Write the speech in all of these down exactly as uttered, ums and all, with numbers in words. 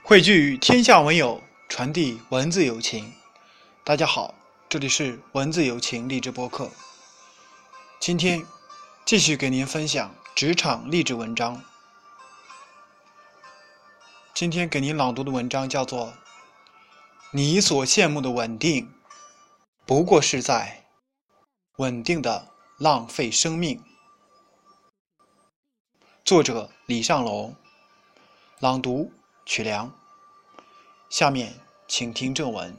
汇聚天下文友，传递文字友情。大家好，这里是文字友情励志播客。今天继续给您分享职场励志文章。今天给您朗读的文章叫做《你所羡慕的稳定，不过是在稳定的浪费生命》。作者李尚龙，朗读曲良。下面请听正文。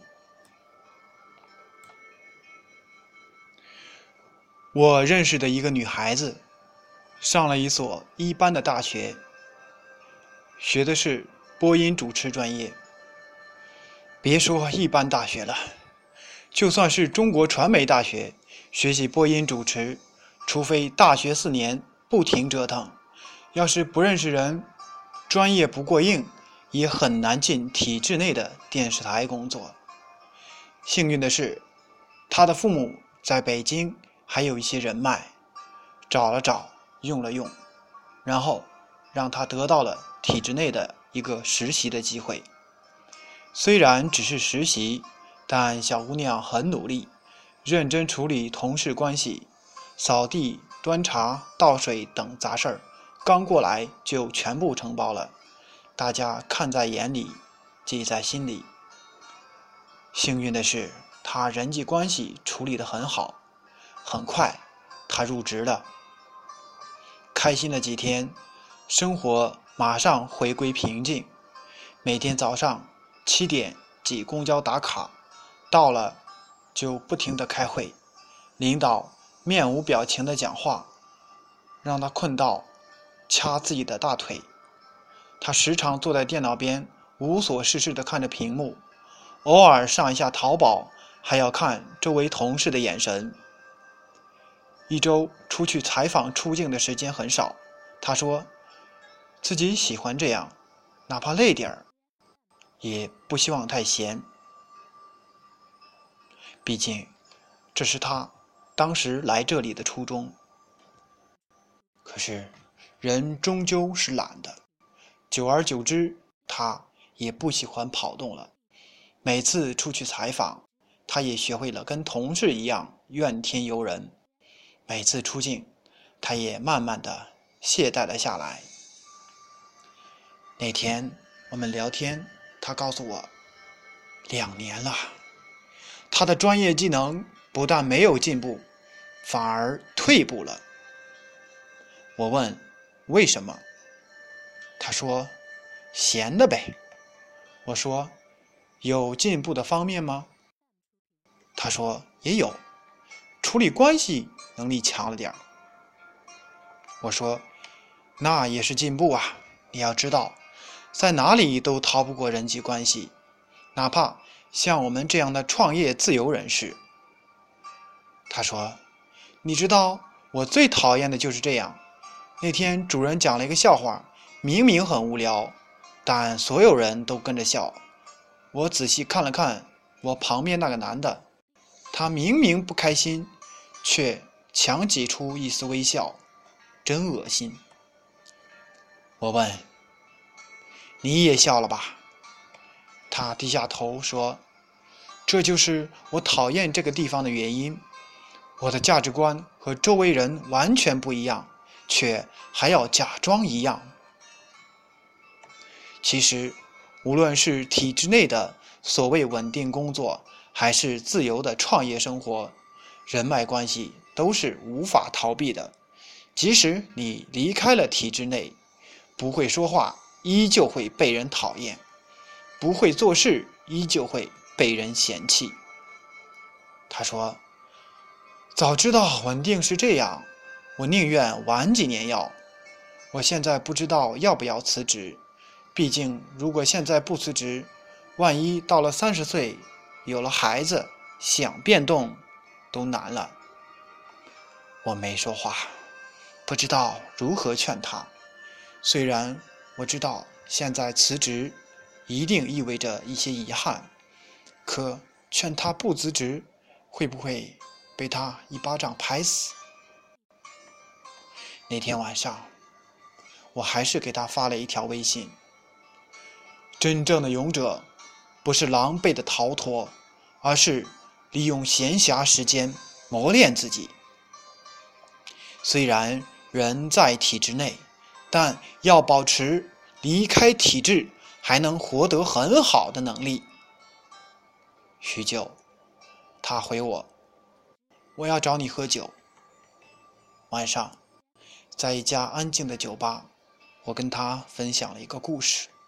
我认识的一个女孩子，上了一所一般的大学，学的是播音主持专业。别说一般大学了，就算是中国传媒大学，学习播音主持，除非大学四年不停折腾，要是不认识人，专业不过硬，也很难进体制内的电视台工作。幸运的是，他的父母在北京还有一些人脉，找了找，用了用，然后让他得到了体制内的一个实习的机会。虽然只是实习，但小姑娘很努力，认真处理同事关系，扫地、端茶、倒水等杂事儿，刚过来就全部承包了。大家看在眼里，记在心里。幸运的是，他人际关系处理得很好，很快他入职了。开心了几天，生活马上回归平静。每天早上七点挤公交打卡，到了就不停地开会，领导面无表情地讲话，让他困到掐自己的大腿。他时常坐在电脑边，无所事事地看着屏幕，偶尔上一下淘宝，还要看周围同事的眼神。一周出去采访出镜的时间很少，他说自己喜欢这样，哪怕累点儿，也不希望太闲。毕竟这是他当时来这里的初衷。可是人终究是懒的，久而久之，他也不喜欢跑动了。每次出去采访，他也学会了跟同事一样怨天尤人。每次出镜，他也慢慢的懈怠了下来。那天我们聊天，他告诉我，两年了，他的专业技能不但没有进步，反而退步了。我问为什么？他说闲的呗。我说有进步的方面吗？他说也有，处理关系能力强了点。我说那也是进步啊，你要知道在哪里都逃不过人际关系，哪怕像我们这样的创业自由人士。他说你知道我最讨厌的就是这样，那天主人讲了一个笑话，明明很无聊，但所有人都跟着笑。我仔细看了看我旁边那个男的，他明明不开心，却强挤出一丝微笑，真恶心。我问你也笑了吧？他低下头说，这就是我讨厌这个地方的原因。我的价值观和周围人完全不一样，却还要假装一样。其实无论是体制内的所谓稳定工作，还是自由的创业生活，人脉关系都是无法逃避的。即使你离开了体制内，不会说话依旧会被人讨厌，不会做事依旧会被人嫌弃。他说早知道稳定是这样，我宁愿晚几年要。我现在不知道要不要辞职，毕竟如果现在不辞职，万一到了三十岁有了孩子，想变动都难了。我没说话，不知道如何劝他。虽然我知道现在辞职一定意味着一些遗憾，可劝他不辞职，会不会被他一巴掌拍死？那天晚上，我还是给他发了一条微信， 真正的勇者不是狼狈的逃脱，而是利用闲暇时间磨练自己。虽然人在体制内，但要保持离开体制还能活得很好的能力。许久，他回我，我要找你喝酒。晚上，在一家安静的酒吧，我跟他分享了一个故事。